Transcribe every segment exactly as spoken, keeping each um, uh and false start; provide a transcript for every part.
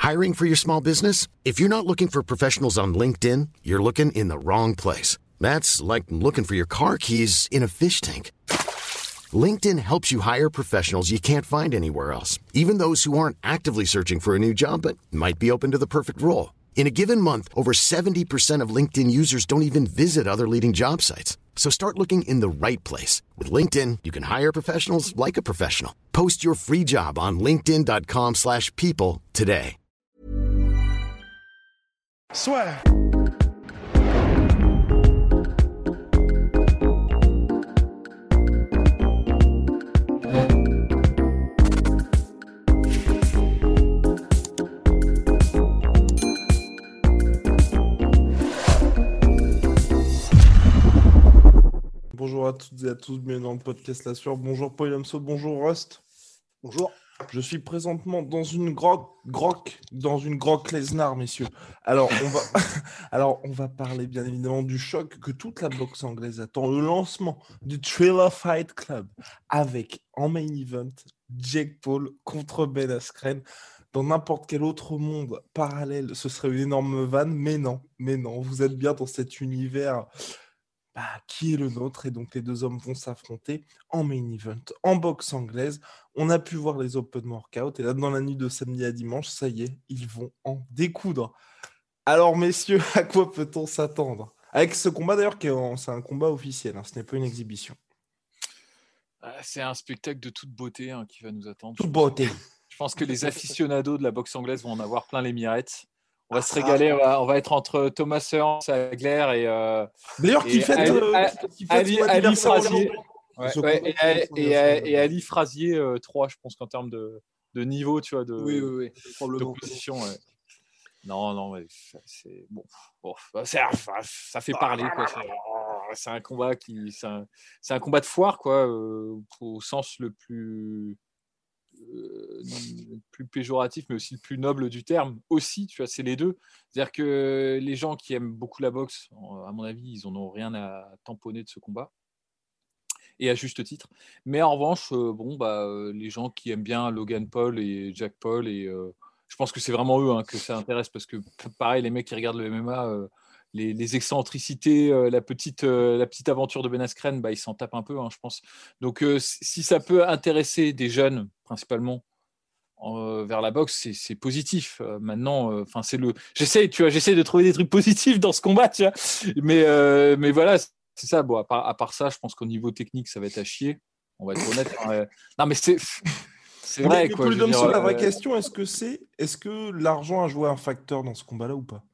Hiring for your small business? If you're not looking for professionals on LinkedIn, you're looking in the wrong place. That's like looking for your car keys in a fish tank. LinkedIn helps you hire professionals you can't find anywhere else, even those who aren't actively searching for a new job but might be open to the perfect role. In a given month, over seventy percent of LinkedIn users don't even visit other leading job sites. So start looking in the right place. With LinkedIn, you can hire professionals like a professional. Post your free job on linkedin.com slash people today. Soit. Bonjour à toutes et à tous, bienvenue dans le podcast La Sueur. Bonjour Paul Yamso, bonjour Rust. Bonjour. Je suis présentement dans une grotte, grotte, dans une grotte Lesnar, messieurs. Alors on va, alors on va parler bien évidemment du choc que toute la boxe anglaise attend, le lancement du Thriller Fight Club avec en main event Jake Paul contre Ben Askren. Dans n'importe quel autre monde parallèle, ce serait une énorme vanne, mais non, mais non, vous êtes bien dans cet univers. Bah, qui est le nôtre, et donc les deux hommes vont s'affronter en main event, en boxe anglaise. On a pu voir les open workout, et là, dans la nuit de samedi à dimanche, ça y est, ils vont en découdre. Alors, messieurs, à quoi peut-on s'attendre? Avec ce combat, d'ailleurs, qui est en... c'est un combat officiel, hein, ce n'est pas une exhibition. C'est un spectacle de toute beauté hein, qui va nous attendre. Toute beauté. Je pense que les aficionados de la boxe anglaise vont en avoir plein les mirettes. On va se régaler, on va, on va être entre Thomas Hearns, Agler et. Euh, D'ailleurs, qui fait Ali, Ali Frazier. Ouais, ouais, et, et, et, et Ali Frazier euh, trois, je pense qu'en termes de, de niveau, tu vois, de, oui, oui, oui. de position. Ouais. Non, non, mais c'est bon. bon c'est, ça fait parler, quoi. C'est, c'est un combat qui, c'est un, c'est un combat de foire, quoi, euh, au sens le plus. Euh, le plus péjoratif mais aussi le plus noble du terme aussi, tu vois, c'est les deux, c'est-à-dire que les gens qui aiment beaucoup la boxe, à mon avis, ils en ont rien à tamponner de ce combat et à juste titre, mais en revanche euh, bon bah euh, les gens qui aiment bien Logan Paul et Jack Paul, et euh, je pense que c'est vraiment eux hein, que ça intéresse, parce que pareil, les mecs qui regardent le M M A, euh, Les, les excentricités, euh, la, petite, euh, la petite aventure de Ben Askren, bah, ils s'en tapent un peu, hein, je pense. Donc, euh, si ça peut intéresser des jeunes, principalement, euh, vers la boxe, c'est, c'est positif. Euh, maintenant, euh, c'est le... j'essaie, tu vois, j'essaie de trouver des trucs positifs dans ce combat, tu vois. Mais, euh, mais voilà, c'est ça. Bon, à part, à part ça, je pense qu'au niveau technique, ça va être à chier. On va être honnête. Hein. Non, mais c'est... C'est vrai, mais, quoi. Mais pour dire, sur la vraie euh... question, est-ce que, c'est... est-ce que l'argent a joué un facteur dans ce combat-là ou pas?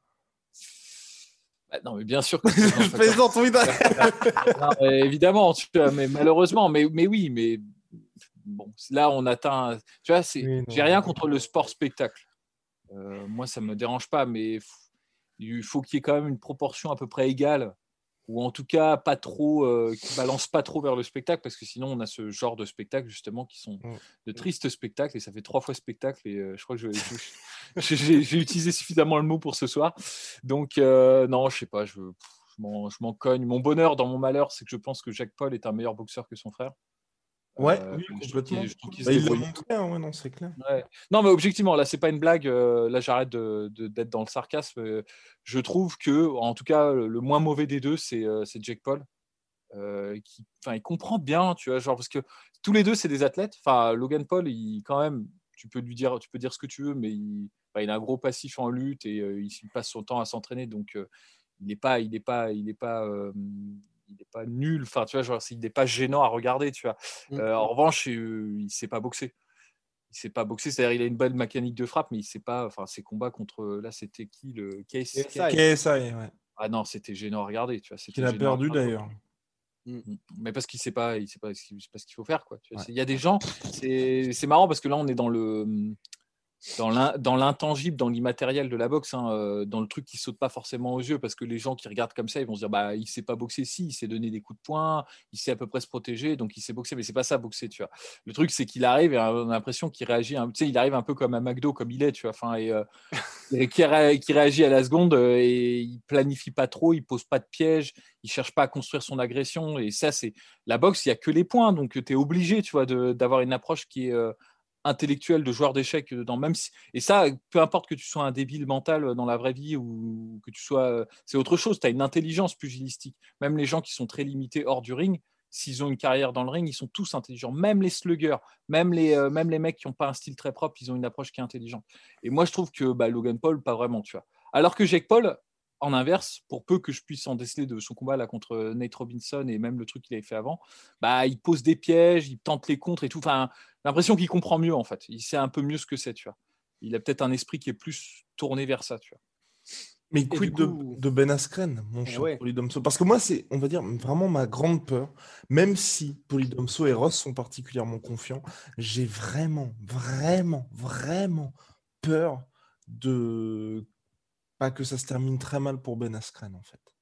Bah non, mais bien sûr que je plaisante, oui. non, mais évidemment, tu vois, mais malheureusement, mais, mais oui, mais bon, là, on atteint. Tu vois, c'est, oui, j'ai rien contre le sport spectacle. Euh, moi, ça me dérange pas, mais il faut qu'il y ait quand même une proportion à peu près égale, ou en tout cas pas trop, euh, qui balance pas trop vers le spectacle, parce que sinon, on a ce genre de spectacles justement qui sont de tristes spectacles, et ça fait trois fois spectacle, et euh, je crois que je, je, j'ai, j'ai utilisé suffisamment le mot pour ce soir. Donc euh, non, je sais pas, je, je, m'en, je m'en cogne. Mon bonheur dans mon malheur, c'est que je pense que Jake Paul est un meilleur boxeur que son frère. Ouais, euh, oui, complètement. Je trouve qu'il, je trouve qu'il bah, il l'a montré, hein, ouais, non, c'est clair. Ouais. Non, mais objectivement, là, c'est pas une blague. Euh, là, j'arrête de, de, d'être dans le sarcasme. Euh, je trouve que, en tout cas, le moins mauvais des deux, c'est, euh, c'est Jake Paul. Euh, qui, enfin, il comprend bien, tu vois, genre parce que tous les deux, c'est des athlètes. Enfin, Logan Paul, il quand même, tu peux lui dire, tu peux dire ce que tu veux, mais il, enfin, il a un gros passif en lutte, et euh, il passe son temps à s'entraîner, donc euh, il n'est pas, il n'est pas, il n'est pas. Euh, il n'est pas nul, enfin tu vois, genre il n'est pas gênant à regarder, tu vois. Euh, en revanche, euh, il ne sait pas boxer. Il ne sait pas boxer, c'est-à-dire il a une belle mécanique de frappe, mais il ne sait pas. Enfin, ses combats contre, là, c'était qui, le K S I K S I, ouais. Ah non, c'était gênant à regarder, tu vois. C'était il a perdu d'ailleurs. Mais parce qu'il ne sait pas, il sait pas, sait pas ce qu'il faut faire, quoi. Tu vois, ouais. Il y a des gens, c'est, c'est marrant parce que là, on est dans le. Dans, l'in, dans l'intangible, dans l'immatériel de la boxe, hein, euh, dans le truc qui ne saute pas forcément aux yeux, parce que les gens qui regardent comme ça, ils vont se dire bah, il ne sait pas boxer, si, il sait donner des coups de poing, il sait à peu près se protéger, donc il sait boxer, mais ce n'est pas ça boxer, tu vois. Le truc, c'est qu'il arrive et on a l'impression qu'il réagit, hein, tu sais, il arrive un peu comme un McDo, comme il est, tu vois, enfin, et, euh, et qui, ré, qui réagit à la seconde, euh, et il ne planifie pas trop, il ne pose pas de piège, il ne cherche pas à construire son agression, et ça, c'est la boxe, il n'y a que les points, donc tu es obligé, tu vois, de, d'avoir une approche qui est. Euh, intellectuel de joueur d'échecs dans même si, et ça peu importe que tu sois un débile mental dans la vraie vie ou que tu sois, c'est autre chose, tu as une intelligence pugilistique. Même les gens qui sont très limités hors du ring, s'ils ont une carrière dans le ring, ils sont tous intelligents, même les sluggers, même les euh, même les mecs qui n'ont pas un style très propre, ils ont une approche qui est intelligente. Et moi je trouve que bah, Logan Paul pas vraiment, tu vois, alors que Jake Paul, en inverse, pour peu que je puisse en déceler de son combat là contre Nate Robinson et même le truc qu'il avait fait avant, bah il pose des pièges, il tente les contres et tout. Enfin, j'ai l'impression qu'il comprend mieux en fait. Il sait un peu mieux ce que c'est, tu vois. Il a peut-être un esprit qui est plus tourné vers ça, tu vois. Mais quid coup... de, de Ben Askren, mon cher ouais. Polydomso? Parce que moi, c'est, on va dire, vraiment ma grande peur, même si Polydomso et Ross sont particulièrement confiants, j'ai vraiment, vraiment, vraiment peur de pas que ça se termine très mal pour Ben Askren, en fait.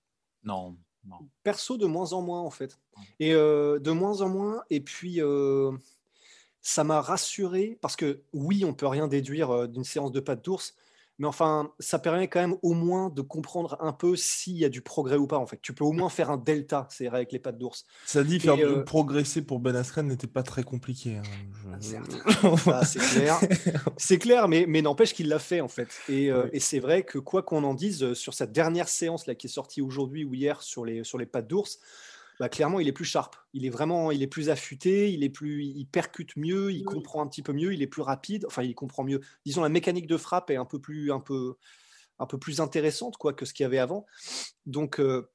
Non, non. Perso, de moins en moins, en fait. Et euh, de moins en moins, et puis... Euh... ça m'a rassuré parce que oui, on peut rien déduire d'une séance de pattes d'ours, mais enfin, ça permet quand même au moins de comprendre un peu s'il y a du progrès ou pas. En fait, tu peux au moins faire un delta, c'est avec les pattes d'ours. Ça dit, faire euh... progresser pour Ben Askren n'était pas très compliqué. Hein. Je... ah, c'est clair, c'est clair, mais, mais n'empêche qu'il l'a fait en fait. Et, euh, oui. et c'est vrai que quoi qu'on en dise sur cette dernière séance là qui est sortie aujourd'hui ou hier sur les sur les pattes d'ours. Bah, clairement, il est plus sharp. Il est vraiment, il est plus affûté, il est plus, il percute mieux, il oui. comprend un petit peu mieux, il est plus rapide. Enfin, il comprend mieux. Disons, la mécanique de frappe est un peu plus, un peu, un peu plus intéressante quoi que ce qu'il y avait avant. Donc, euh,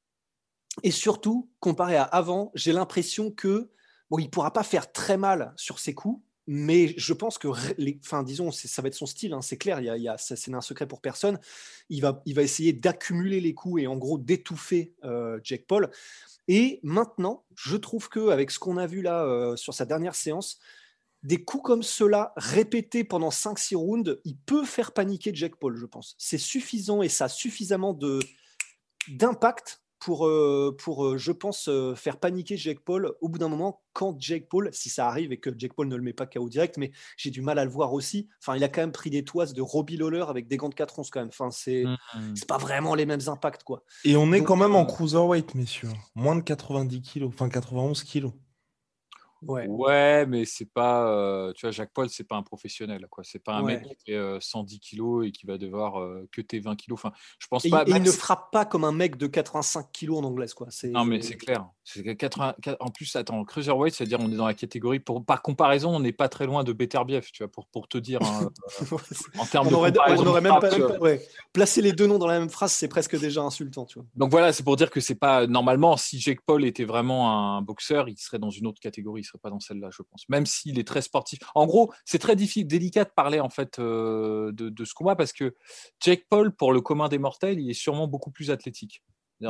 et surtout, comparé à avant, j'ai l'impression que bon, il pourra pas faire très mal sur ses coups, mais je pense que, les, enfin, disons, ça va être son style. Hein, c'est clair, il y a, il y a, ça, c'est un secret pour personne. Il va, il va essayer d'accumuler les coups et en gros d'étouffer euh, Jake Paul. Et maintenant, je trouve qu'avec ce qu'on a vu là euh, sur sa dernière séance, des coups comme ceux-là, répétés pendant cinq six rounds, il peut faire paniquer Jake Paul, je pense. C'est suffisant et ça a suffisamment de, d'impact pour, euh, pour euh, je pense, euh, faire paniquer Jake Paul au bout d'un moment, quand Jake Paul, si ça arrive et que Jake Paul ne le met pas K O direct, mais j'ai du mal à le voir aussi. Enfin, il a quand même pris des toises de Robbie Lawler avec des gants de quatre onces quand même. Enfin, c'est, mmh. c'est pas vraiment les mêmes impacts, quoi. Et on est Donc, quand même euh... en cruiserweight, messieurs. Moins de quatre-vingt-dix kilos, enfin quatre-vingt-onze kilos. Ouais. ouais, mais c'est pas, euh, tu vois, Jake Paul, c'est pas un professionnel, quoi. C'est pas un ouais. mec qui fait euh, cent dix kilos et qui va devoir euh, cutter vingt kilos. Enfin, je pense et pas. Il, et il ne frappe pas comme un mec de quatre-vingt-cinq kilos en anglaise, quoi. C'est... Non, mais c'est clair. C'est quatre-vingts... En plus, attends, cruiserweight, c'est-à-dire on est dans la catégorie. Pour... Par comparaison, on n'est pas très loin de Beterbiev, tu vois, pour pour te dire. Hein, euh, en termes de aurait, comparaison. On aurait même pas, même pas ouais. Placer les deux noms dans la même phrase, c'est presque déjà insultant, tu vois. Donc voilà, c'est pour dire que c'est pas normalement. Si Jake Paul était vraiment un boxeur, il serait dans une autre catégorie. Il serait pas dans celle-là, je pense. Même s'il est très sportif. En gros, c'est très difficile, délicat de parler en fait euh, de, de ce combat parce que Jake Paul, pour le commun des mortels, il est sûrement beaucoup plus athlétique.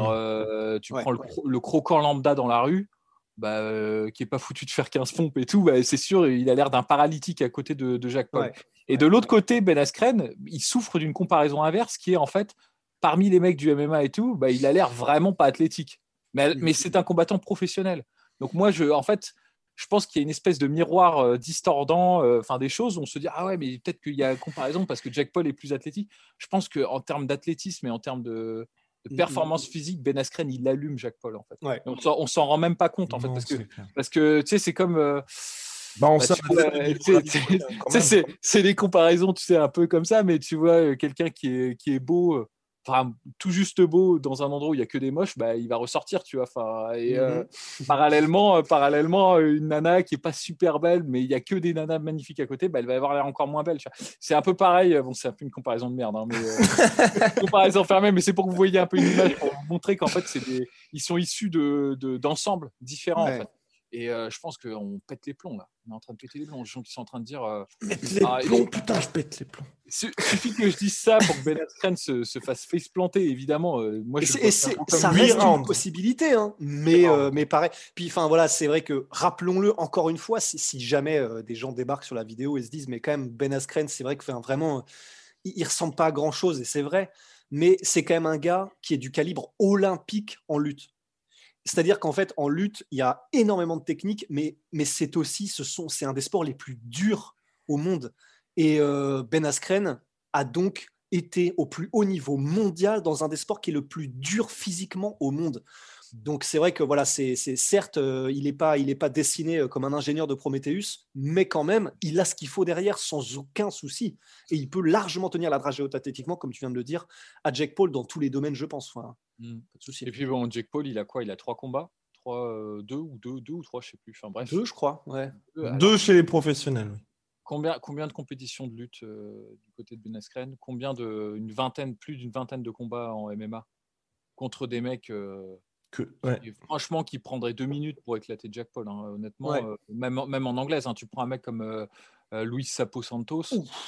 Euh, tu ouais, prends le, ouais. le croquant lambda dans la rue, bah, euh, qui est pas foutu de faire quinze pompes et tout, bah, c'est sûr, il a l'air d'un paralytique à côté de, de Jake Paul. Ouais. Et de l'autre côté, Ben Askren, il souffre d'une comparaison inverse qui est en fait, parmi les mecs du M M A et tout, bah, il a l'air vraiment pas athlétique. Mais, mais c'est un combattant professionnel. Donc moi, je, en fait, je pense qu'il y a une espèce de miroir euh, distordant, enfin euh, des choses où on se dit ah ouais, mais peut-être qu'il y a comparaison parce que Jake Paul est plus athlétique. Je pense qu'en termes d'athlétisme et en termes de, de performance physique, Ben Askren il allume Jake Paul en fait. Ouais. On s'en, on s'en rend même pas compte en non, fait parce que parce que tu sais c'est comme euh, bah, on bah, tu vois, c'est, c'est, c'est, c'est des comparaisons tu sais un peu comme ça, mais tu vois quelqu'un qui est qui est beau. Enfin, tout juste beau dans un endroit où il n'y a que des moches, bah, il va ressortir, tu vois. Enfin, et euh, mm-hmm. parallèlement, euh, parallèlement, une nana qui est pas super belle, mais il n'y a que des nanas magnifiques à côté, bah, elle va avoir l'air encore moins belle. Tu vois. C'est un peu pareil. Bon, c'est un peu une comparaison de merde, hein, mais euh, une comparaison fermée. Mais c'est pour que vous voyez un peu une image pour vous montrer qu'en fait, c'est des, ils sont issus de, de d'ensembles différents. Ouais. En fait. Et euh, je pense qu'on pète les plombs là. On est en train de péter les plombs. Les gens qui sont en train de dire. Euh, pète les ah, plombs, putain, je pète les plombs. Il suffit que je dise ça pour que Ben Askren se, se fasse face planter, évidemment. Euh, moi, et je c'est, et c'est, ça reste rounds. Une possibilité, hein. mais, euh, mais pareil. Puis, enfin, voilà, c'est vrai que, rappelons-le encore une fois, si, si jamais euh, des gens débarquent sur la vidéo et se disent, mais quand même, Ben Askren, c'est vrai que enfin, vraiment, euh, il, il ressemble pas à grand-chose, et c'est vrai, mais c'est quand même un gars qui est du calibre olympique en lutte. C'est-à-dire qu'en fait, en lutte, il y a énormément de techniques, mais, mais c'est aussi, ce sont, c'est un des sports les plus durs au monde. Et euh, Ben Askren a donc été au plus haut niveau mondial dans un des sports qui est le plus dur physiquement au monde. Donc c'est vrai que voilà, c'est, c'est certes, euh, il n'est pas, il est pas dessiné euh, comme un ingénieur de Prometheus, mais quand même, il a ce qu'il faut derrière sans aucun souci. Et il peut largement tenir la dragée haute athlétiquement, comme tu viens de le dire, à Jake Paul dans tous les domaines, je pense. Enfin, Mm. pas de souci. Et puis bon, Jake Paul, il a quoi? Il a trois combats, trois, euh, deux ou deux, deux ou trois, je sais plus. Enfin bref. Deux, je crois. Ouais. Deux, alors, Deux chez les professionnels. Oui. combien, combien de compétitions de lutte euh, du côté de Ben Askren? Combien de, une vingtaine, plus d'une vingtaine de combats en M M A contre des mecs. Euh, Que, ouais. Et franchement, qui prendrait deux minutes pour éclater Jack Paul, hein, honnêtement, Ouais. euh, même, en- même en anglaise, hein, tu prends un mec comme euh, euh, Luis Sapo Santos.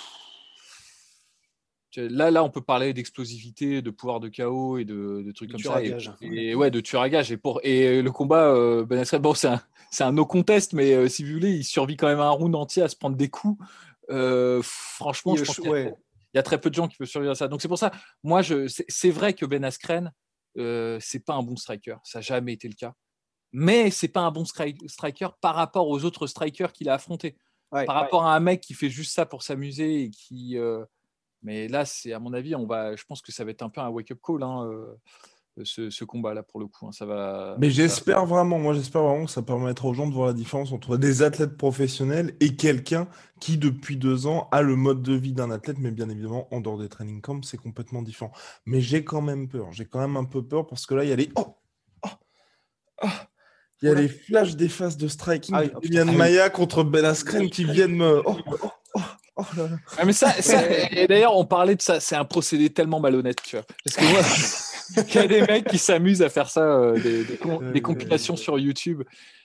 Tu- Là, là, on peut parler d'explosivité, de pouvoir de K O et de, de trucs De comme tueur ça. à Et, gage. et ouais, de tueur à gage. Et, pour, et le combat, euh, Ben Askren, bon, c'est un, c'est un no contest, mais euh, si vous voulez, il survit quand même un round entier à se prendre des coups. Euh, franchement, Il- je pense je- qu'il y a, ouais. il y a très peu de gens qui peuvent survivre à ça. Donc c'est pour ça, moi, je, c'est, c'est vrai que Ben Askren, euh, c'est pas un bon striker. Ça n'a jamais été le cas. Mais c'est pas un bon stri- striker par rapport aux autres strikers qu'il a affrontés. Ouais. Par rapport à un mec qui fait juste ça pour s'amuser et qui. euh, Mais là, c'est à mon avis, on va. Je pense que ça va être un peu un wake-up call, hein, euh, ce, ce combat-là pour le coup. hein. Ça va. Mais ça- j'espère vraiment, moi j'espère vraiment que ça permettra aux gens de voir la différence entre des athlètes professionnels et quelqu'un qui depuis deux ans a le mode de vie d'un athlète, mais bien évidemment en dehors des training camps, c'est complètement différent. Mais j'ai quand même peur, j'ai quand même un peu peur parce que là il y a les oh, oh, oh. Il y a Oula. les flashs des phases de striking Ah oui, de oh, putain. Demian Ah oui. Maia contre Ben Askren qui viennent me. Oh, oh, oh, oh là là. Ah, mais ça, ça- et d'ailleurs, on parlait de ça. C'est un procédé tellement malhonnête, tu vois. Parce que moi, il y a des mecs qui s'amusent à faire ça, euh, des, des, com- des compilations sur YouTube.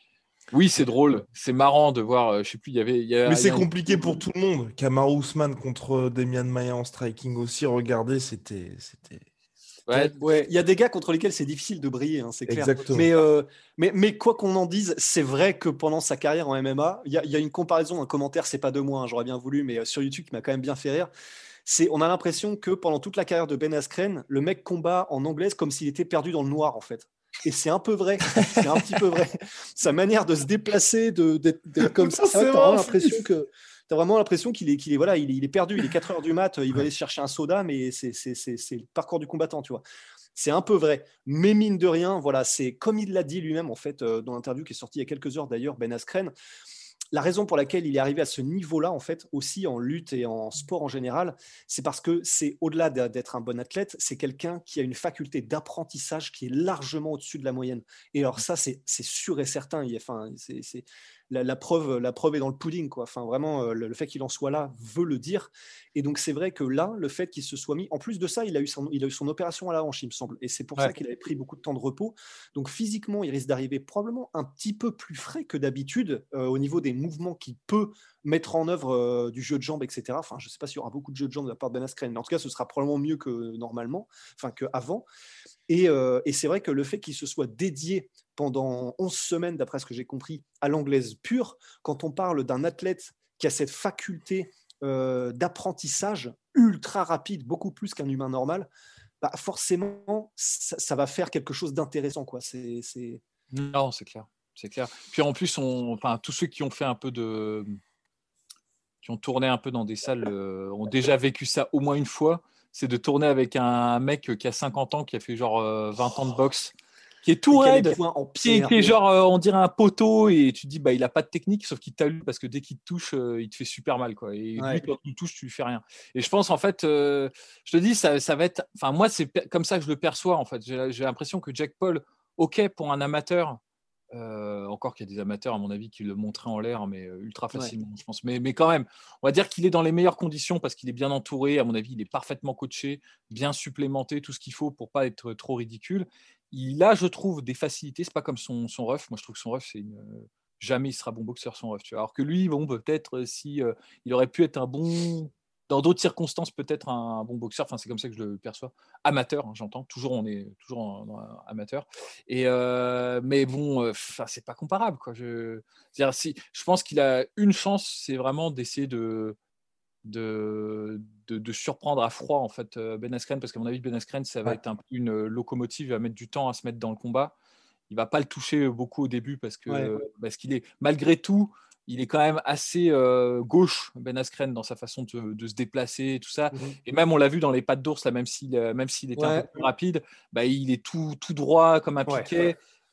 Oui, c'est drôle, c'est marrant de voir. euh, je sais plus, il y avait. il y a- Mais il y c'est a une- compliqué pour tout le monde. Kamaru Usman contre Demian Maia en striking aussi, regardez, c'était. c'était... Ouais, Ouais, il y a des gars contre lesquels c'est difficile de briller, hein, c'est clair. Exactement. Mais, euh, mais, mais quoi qu'on en dise, c'est vrai que pendant sa carrière en M M A, il y, a- il y a une comparaison, un commentaire, c'est pas de moi, hein, j'aurais bien voulu, mais euh, sur YouTube qui m'a quand même bien fait rire. C'est, on a l'impression que pendant toute la carrière de Ben Askren, le mec combat en anglaise comme s'il était perdu dans le noir, en fait. Et c'est un peu vrai, c'est un petit peu vrai. Sa manière de se déplacer, de, d'être, d'être comme ça, c'est vrai que t'as vraiment l'impression que t'as vraiment l'impression qu'il est, qu'il est, voilà, il est, il est perdu. Il est quatre heures du mat, il va aller se chercher un soda, mais c'est, c'est, c'est, c'est le parcours du combattant, tu vois. C'est un peu vrai, mais mine de rien, voilà, c'est comme il l'a dit lui-même en fait euh, dans l'interview qui est sortie il y a quelques heures d'ailleurs, Ben Askren. La raison pour laquelle il est arrivé à ce niveau-là, en fait, aussi en lutte et en sport en général, c'est parce que c'est au-delà d'être un bon athlète, c'est quelqu'un qui a une faculté d'apprentissage qui est largement au-dessus de la moyenne. Et alors ça, c'est c'est sûr et certain. Il y a, enfin, c'est, c'est, la, la preuve, la preuve est dans le pudding, quoi. Enfin, vraiment, euh, le, le fait qu'il en soit là veut le dire. Et donc c'est vrai que là, le fait qu'il se soit mis, en plus de ça, il a eu son, il a eu son opération à la hanche, il me semble. Et c'est pour Ouais. ça qu'il avait pris beaucoup de temps de repos. Donc physiquement, il risque d'arriver probablement un petit peu plus frais que d'habitude euh, au niveau des mouvements qu'il peut mettre en œuvre euh, du jeu de jambes, et cetera. Enfin, je ne sais pas s'il y aura beaucoup de jeux de jambes de la part de Ben Askren, mais en tout cas, ce sera probablement mieux que normalement, enfin qu'avant. Et, euh, et c'est vrai que le fait qu'il se soit dédié pendant onze semaines, d'après ce que j'ai compris, à l'anglaise pure, quand on parle d'un athlète qui a cette faculté euh, d'apprentissage ultra rapide, beaucoup plus qu'un humain normal, bah forcément, ça, ça va faire quelque chose d'intéressant, quoi. C'est, c'est... Non, c'est clair, c'est clair. Puis en plus, on, enfin, tous ceux qui ont fait un peu de, qui ont tourné un peu dans des salles, euh, ont déjà vécu ça au moins une fois. C'est de tourner avec un mec qui a cinquante ans, qui a fait genre euh, vingt ans de boxe, qui est tout Et qui a les raide, poings en qui est, pierre, qui est ouais. genre, euh, on dirait un poteau, et tu te dis, bah, il a pas de technique, sauf qu'il t'allume parce que dès qu'il te touche, euh, il te fait super mal, quoi. Et Ouais. lui, quand tu le touches, tu lui fais rien. Et je pense, en fait, euh, je te dis, ça, ça va être, enfin, moi, c'est pe- comme ça que je le perçois, en fait. J'ai, j'ai l'impression que Jack Paul, ok, pour un amateur, euh, encore qu'il y a des amateurs, à mon avis, qui le montraient en l'air, mais euh, ultra facilement, je pense. Mais, mais quand même, on va dire qu'il est dans les meilleures conditions parce qu'il est bien entouré. À mon avis, il est parfaitement coaché, bien supplémenté, tout ce qu'il faut pour pas être trop ridicule. Il a, je trouve, des facilités. C'est pas comme son, son ref. Moi, je trouve que son ref, c'est une. euh, Jamais il sera bon boxeur, son ref. Tu vois. Alors que lui, bon, peut-être euh, si euh, il aurait pu être un bon. Dans d'autres circonstances, peut-être un, un bon boxeur. Enfin, c'est comme ça que je le perçois. Amateur, hein, j'entends. Toujours, on est toujours en, en- amateur. Et euh, mais bon, euh, 'fin, c'est pas comparable, quoi. Je, c'est-à-dire, si, je pense qu'il a une chance, c'est vraiment d'essayer de, de, de, de surprendre à froid, en fait, euh, Ben Askren, parce qu'à mon avis, Ben Askren, ça va Ouais. être un peu une locomotive, il va mettre du temps à se mettre dans le combat. Il va pas le toucher beaucoup au début parce que Ouais. parce qu'il est malgré tout, il est quand même assez euh, gauche, Ben Askren, dans sa façon de, de se déplacer et tout ça. Mm-hmm. Et même, on l'a vu dans les pattes d'ours, là, même s'il, même s'il était ouais. un peu plus rapide, bah, il est tout, tout droit comme un piquet. Ouais.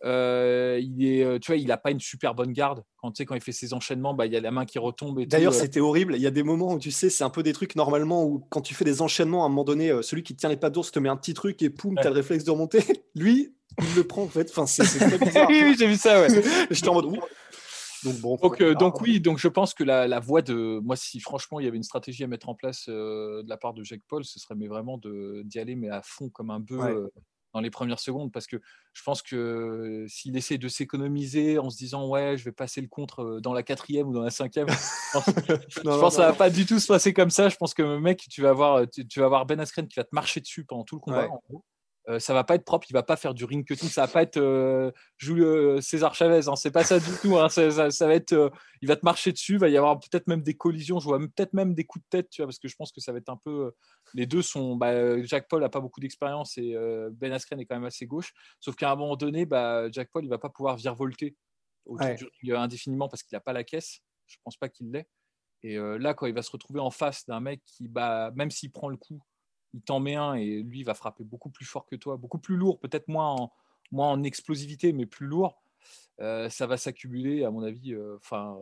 Euh, il est, tu vois, il n'a pas une super bonne garde. Quand, tu sais, quand il fait ses enchaînements, bah, il y a la main qui retombe. Et D'ailleurs, tout. c'était horrible. Il y a des moments où tu sais, c'est un peu des trucs normalement où quand tu fais des enchaînements, à un moment donné, celui qui tient les pattes d'ours te met un petit truc et poum, ouais. t'as le réflexe de remonter. Lui, il le prend en fait. Enfin, c'est, c'est très bizarre. oui, oui, j'ai vu ça. Ouais. J'étais en mode. Ouh. Donc, bon, donc, euh, donc oui, donc je pense que la, la voie de moi, si franchement il y avait une stratégie à mettre en place euh, de la part de Jake Paul, ce serait mais vraiment de, d'y aller mais à fond comme un bœuf ouais. euh, dans les premières secondes, parce que je pense que euh, s'il essaie de s'économiser en se disant ouais je vais passer le contre dans la quatrième ou dans la cinquième, je pense, je non, pense non, que ça non. va pas du tout se passer comme ça. Je pense que mec, tu vas avoir tu, tu vas avoir Ben Askren qui va te marcher dessus pendant tout le combat. Ouais. En gros. Euh, ça va pas être propre, il va pas faire du ring cutting, ça va pas être euh, Julio César Chavez, hein, c'est pas ça du tout. Hein, ça, ça, ça va être, euh, il va te marcher dessus, il va y avoir peut-être même des collisions, je vois peut-être même des coups de tête, tu vois, parce que je pense que ça va être un peu. Les deux sont, bah, Jake Paul a pas beaucoup d'expérience et euh, Ben Askren est quand même assez gauche, sauf qu'à un moment donné, bah, Jake Paul il va pas pouvoir virevolter autour ouais. du ring indéfiniment parce qu'il a pas la caisse, je pense pas qu'il l'ait. Et euh, là, quand il va se retrouver en face d'un mec qui, bah, même s'il prend le coup, il t'en met un et lui va frapper beaucoup plus fort que toi, beaucoup plus lourd, peut-être moins en, moins en explosivité, mais plus lourd. Euh, ça va s'accumuler, à mon avis. Enfin, euh,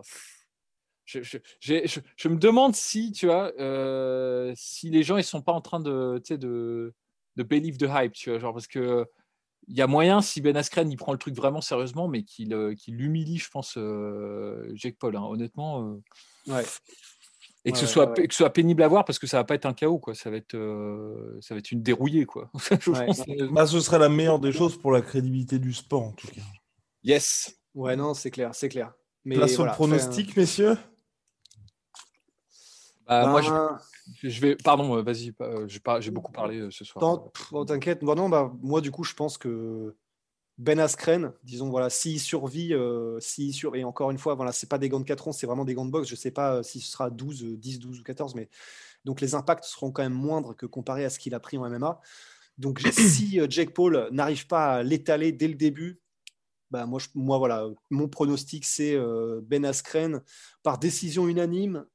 je, je, je, je me demande si, tu vois, euh, si les gens ils sont pas en train de, tu sais, de, de believe the hype, tu vois, genre parce que il y a moyen si Ben Askren il prend le truc vraiment sérieusement, mais qu'il, euh, qu'il humilie, je pense, euh, Jake Paul. Hein, honnêtement. Euh... Ouais. Et que, ouais, ce soit, ouais. que ce soit pénible à voir parce que ça va pas être un chaos, quoi. Ça va être, euh, ça va être une dérouillée, quoi. Ouais. Bah, ce serait la meilleure des choses pour la crédibilité du sport, en tout cas. Yes. Ouais, non, c'est clair, c'est clair. Mais place voilà, au pronostic, fait, messieurs. Bah, ben... Moi, je, je vais. Pardon, vas-y. J'ai, pas, j'ai beaucoup parlé ce soir. Non, oh, t'inquiète. Bon, non, bah, moi, du coup, je pense que Ben Askren, disons, voilà, s'il survit, euh, s'il sur... et encore une fois, voilà, c'est pas des gants de quatre onces, c'est vraiment des gants de boxe. Je sais pas si ce sera douze, dix, douze ou quatorze, mais donc les impacts seront quand même moindres que comparé à ce qu'il a pris en M M A. Donc, si Jake Paul n'arrive pas à l'étaler dès le début, bah, moi, je, moi, voilà, mon pronostic, c'est euh, Ben Askren par décision unanime.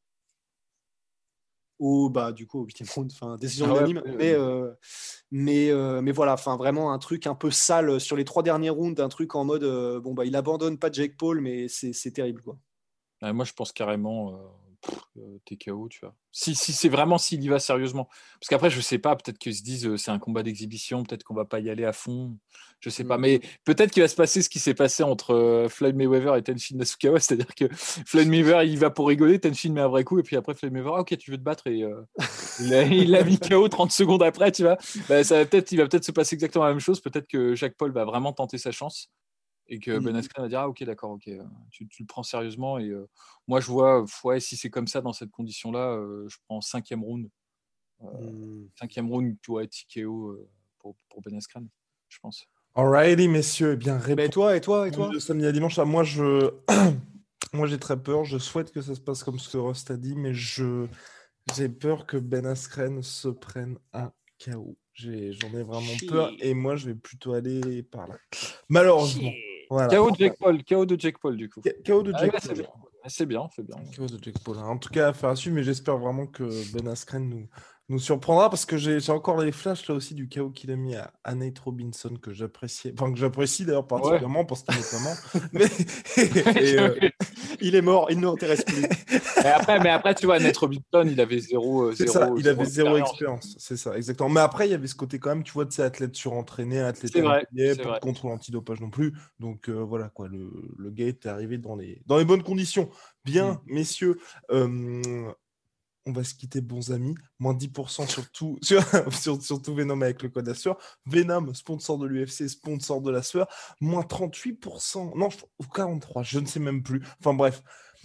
Au, bah, du coup, au huitième round, enfin, décision ah ouais, unanime, ouais, mais, ouais. Euh, mais, euh, mais voilà, enfin, vraiment un truc un peu sale sur les trois derniers rounds, un truc en mode, euh, bon, bah, il abandonne pas Jake Paul, mais c'est, c'est terrible, quoi. Ouais, moi, je pense carrément, euh, pff, euh, T K O, tu vois. Si, si c'est vraiment s'il y va sérieusement. Parce qu'après, je sais pas, peut-être qu'ils se disent, euh, c'est un combat d'exhibition, peut-être qu'on va pas y aller à fond, je sais mm. pas. Mais peut-être qu'il va se passer ce qui s'est passé entre euh, Floyd Mayweather et Tenshin Nasukawa, c'est-à-dire que Floyd Mayweather, il va pour rigoler, Tenshin met un vrai coup, et puis après, Floyd Mayweather, ah, ok, tu veux te battre, et euh, il, a, il a mis K O trente secondes après, tu vois. Bah, ça va peut-être, il va peut-être se passer exactement la même chose. Peut-être que Jake Paul va vraiment tenter sa chance. Et que Ben Askren va dire ah ok d'accord ok tu, tu le prends sérieusement et euh, moi je vois ouais si c'est comme ça dans cette condition là euh, je prends cinquième round euh, mm. cinquième round tu vois T K O euh, pour, pour Ben Askren je pense. Alrighty messieurs, eh bien répond... et toi et toi et toi de samedi à dimanche. Moi je moi j'ai très peur, je souhaite que ça se passe comme ce que Rost a dit, mais je j'ai peur que Ben Askren se prenne un K O. J'ai... J'en ai vraiment Chier. peur et moi je vais plutôt aller par là. Malheureusement. Voilà. K O de Jake Paul, K O de Jake Paul du coup. K O de Jake ah, Paul. Ouais, c'est bien, c'est bien. K O de Jake Paul. En tout cas, affaire à suivre, mais j'espère vraiment que Ben Askren nous, nous surprendra parce que j'ai, j'ai encore les flashs là aussi du K O qu'il a mis à, à Nate Robinson que j'appréciais, enfin que j'apprécie d'ailleurs particulièrement ouais. parce qu'il est vraiment. mais et, et, euh... il est mort, il ne m'intéresse plus. Et après, mais après, tu vois, Nate Robinson, il avait zéro, c'est zéro, ça, il zéro avait zéro expérience. expérience, c'est ça, exactement. Mais après, il y avait ce côté quand même, tu vois, de ces athlètes surentraînés, athlètes c'est vrai, pas c'est de vrai. contrôle antidopage non plus. Donc euh, voilà quoi, le, le gars est arrivé dans les dans les bonnes conditions. Bien, mm. messieurs. Euh, On va se quitter, bons amis. Moins dix pour cent sur tout, sur, sur, sur tout Venom avec le code A S U R. Venom, sponsor de l'U F C, sponsor de la S U R. Moins trente-huit pour cent. Non, quarante-trois, je ne sais même plus. Enfin bref,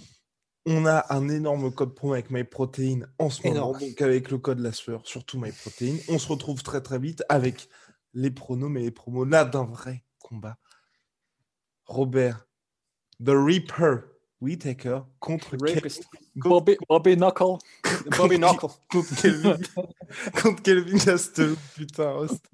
on a un énorme code promo avec MyProtein en ce moment. Énorme. Donc avec le code A S U R, surtout MyProtein. On se retrouve très très vite avec les pronos, mais les promos là d'un vrai combat. Robert, The Reaper. Whittaker contre Kelvin... Bobby, Bobby Knuckle. Bobby Knuckle. contre Kelvin, contre Kelvin Gastelum, putain, host.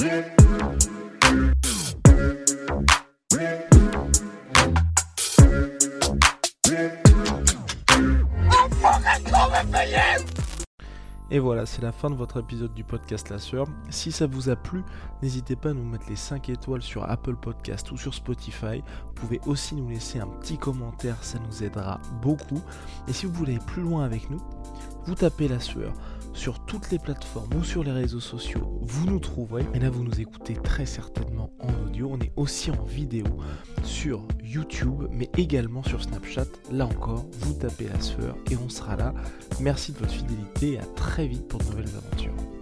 Et voilà, c'est la fin de votre épisode du podcast La Sueur. Si ça vous a plu, n'hésitez pas à nous mettre les cinq étoiles sur Apple Podcast ou sur Spotify. Vous pouvez aussi nous laisser un petit commentaire, ça nous aidera beaucoup. Et si vous voulez aller plus loin avec nous, vous tapez La Sueur sur toutes les plateformes ou sur les réseaux sociaux, vous nous trouverez. Et là, vous nous écoutez très certainement en audio. On est aussi en vidéo sur YouTube, mais également sur Snapchat. Là encore, vous tapez La Sueur et on sera là. Merci de votre fidélité et à très vite pour de nouvelles aventures.